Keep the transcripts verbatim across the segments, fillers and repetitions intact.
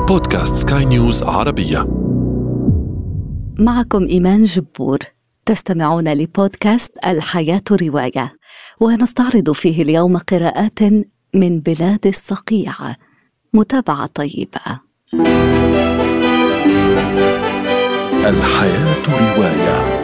بودكاست سكاي نيوز عربية. معكم إيمان جبور، تستمعون لبودكاست الحياة رواية، ونستعرض فيه اليوم قراءات من بلاد الصقيع. متابعة طيبة. الحياة رواية.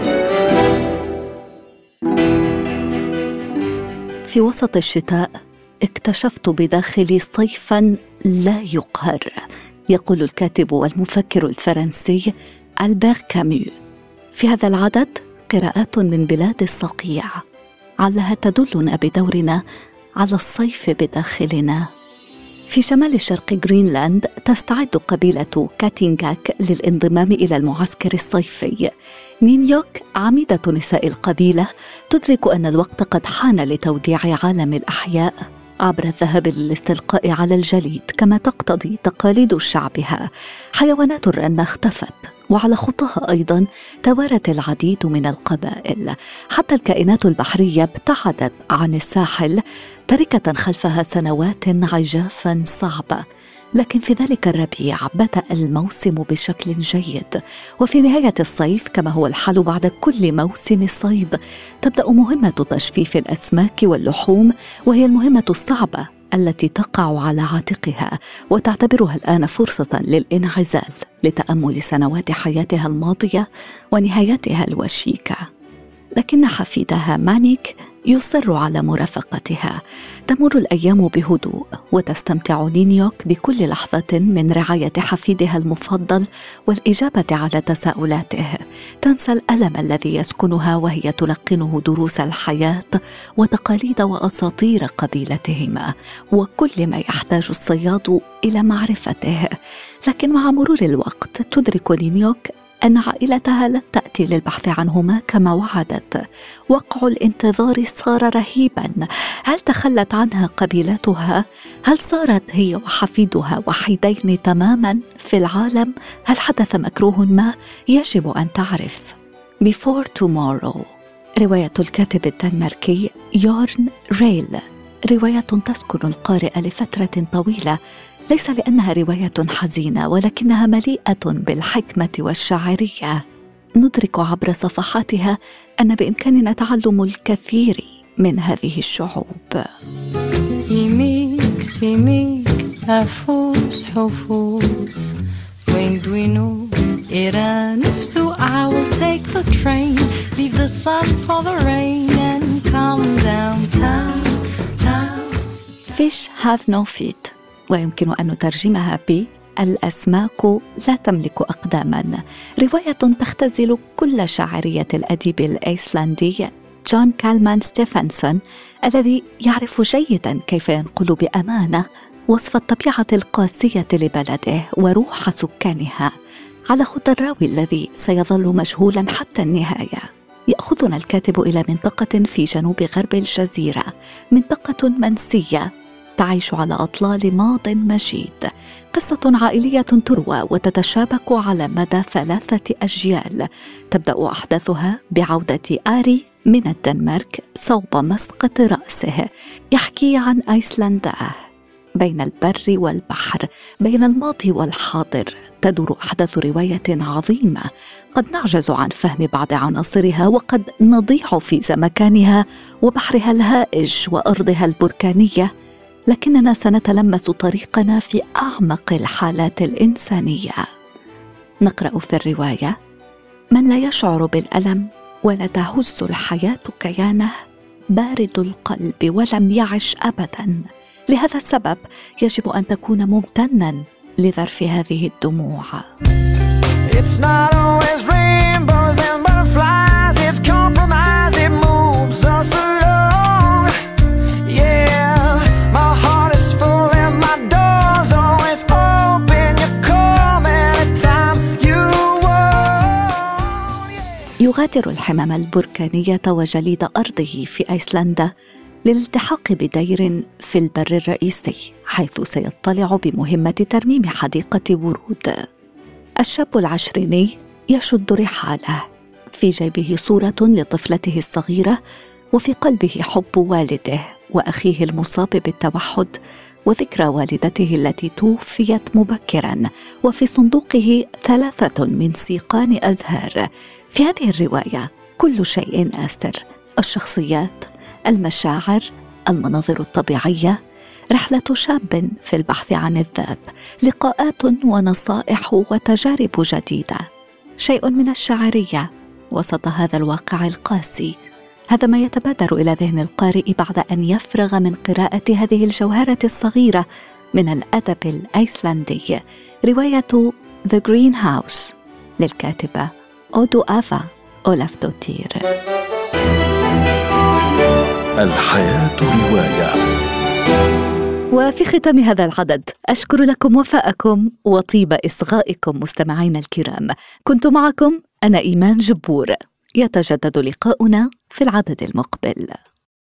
في وسط الشتاء اكتشفت بداخلي صيفاً لا يقهر، يقول الكاتب والمفكر الفرنسي ألبير كامو. في هذا العدد قراءات من بلاد الصقيع، علها تدلنا بدورنا على الصيف بداخلنا. في شمال الشرق غرينلاند تستعد قبيلة كاتينغاك للانضمام إلى المعسكر الصيفي. نينيوك عميدة نساء القبيلة تدرك أن الوقت قد حان لتوديع عالم الأحياء عبر الذهاب للاستلقاء على الجليد كما تقتضي تقاليد شعبها. حيوانات الرنة اختفت، وعلى خطاها أيضا توارت العديد من القبائل. حتى الكائنات البحرية ابتعدت عن الساحل، تركة خلفها سنوات عجافا صعبة. لكن في ذلك الربيع بدأ الموسم بشكل جيد، وفي نهاية الصيف كما هو الحال بعد كل موسم صيد تبدأ مهمة تجفيف الأسماك واللحوم، وهي المهمة الصعبة التي تقع على عاتقها، وتعتبرها الآن فرصة للانعزال لتأمل سنوات حياتها الماضية ونهايتها الوشيكة. لكن حفيدها مانيك يصر على مرافقتها. تمر الأيام بهدوء، وتستمتع نينيوك بكل لحظة من رعاية حفيدها المفضل والإجابة على تساؤلاته. تنسى الألم الذي يسكنها وهي تلقنه دروس الحياة وتقاليد وأساطير قبيلتهما، وكل ما يحتاج الصياد إلى معرفته. لكن مع مرور الوقت تدرك نينيوك أن عائلتها لن تأتي للبحث عنهما كما وعدت. وقع الانتظار صار رهيبا. هل تخلت عنها قبيلتها؟ هل صارت هي وحفيدها وحيدين تماما في العالم؟ هل حدث مكروه ما؟ يجب أن تعرف. Before Tomorrow، رواية الكاتب الدنماركي يورن ريل، رواية تسكن القارئ لفترة طويلة، ليس لأنها رواية حزينة، ولكنها مليئة بالحكمة والشاعرية. ندرك عبر صفحاتها أن بإمكاننا تعلم الكثير من هذه الشعوب. Fish have no feet، ويمكن أن نترجمها ب الأسماك لا تملك أقداما. رواية تختزل كل شاعرية الأديب الأيسلندي جون كالمان ستيفنسون، الذي يعرف جيدا كيف ينقل بأمانة وصف الطبيعة القاسية لبلده وروح سكانها على خط الراوي الذي سيظل مجهولا حتى النهاية. يأخذنا الكاتب إلى منطقة في جنوب غرب الجزيرة، منطقة منسية تعيش على أطلال ماض مجيد. قصة عائلية تروى وتتشابك على مدى ثلاثة أجيال. تبدأ أحداثها بعودة آري من الدنمارك صوب مسقط رأسه. يحكي عن أيسلندا بين البر والبحر، بين الماضي والحاضر. تدور أحداث رواية عظيمة قد نعجز عن فهم بعض عناصرها، وقد نضيع في زمكانها وبحرها الهائج وأرضها البركانية، لكننا سنتلمس طريقنا في أعمق الحالات الإنسانية. نقرأ في الرواية: من لا يشعر بالألم ولا تهز الحياة كيانه بارد القلب ولم يعش أبدا. لهذا السبب يجب أن تكون ممتنا لظرف هذه الدموع. It's not always rainbows and butterflies, it's compromise, it moves us along. Yeah, my heart is full and my door's always open. You come anytime you want. يغادر الحمام البركانية وجليد أرضه في أيسلندا للالتحاق بدير في البر الرئيسي، حيث سيطلع بمهمة ترميم حديقة ورود. الشاب العشريني يشد رحاله، في جيبه صورة لطفلته الصغيرة، وفي قلبه حب والده وأخيه المصاب بالتوحد وذكرى والدته التي توفيت مبكراً، وفي صندوقه ثلاثة من سيقان أزهار. في هذه الرواية كل شيء آسر: الشخصيات، المشاعر، المناظر الطبيعية، رحلة شاب في البحث عن الذات، لقاءات ونصائح وتجارب جديدة، شيء من الشاعرية وسط هذا الواقع القاسي. هذا ما يتبادر إلى ذهن القارئ بعد أن يفرغ من قراءة هذه الجوهرة الصغيرة من الأدب الأيسلندي، رواية The Green House للكاتبة أودو آفا أولافدوتير. الحياة رواية. وفي ختام هذا العدد أشكر لكم وفاءكم وطيب إصغائكم مستمعين الكرام. كنت معكم أنا إيمان جبور. يتجدد لقاؤنا في العدد المقبل.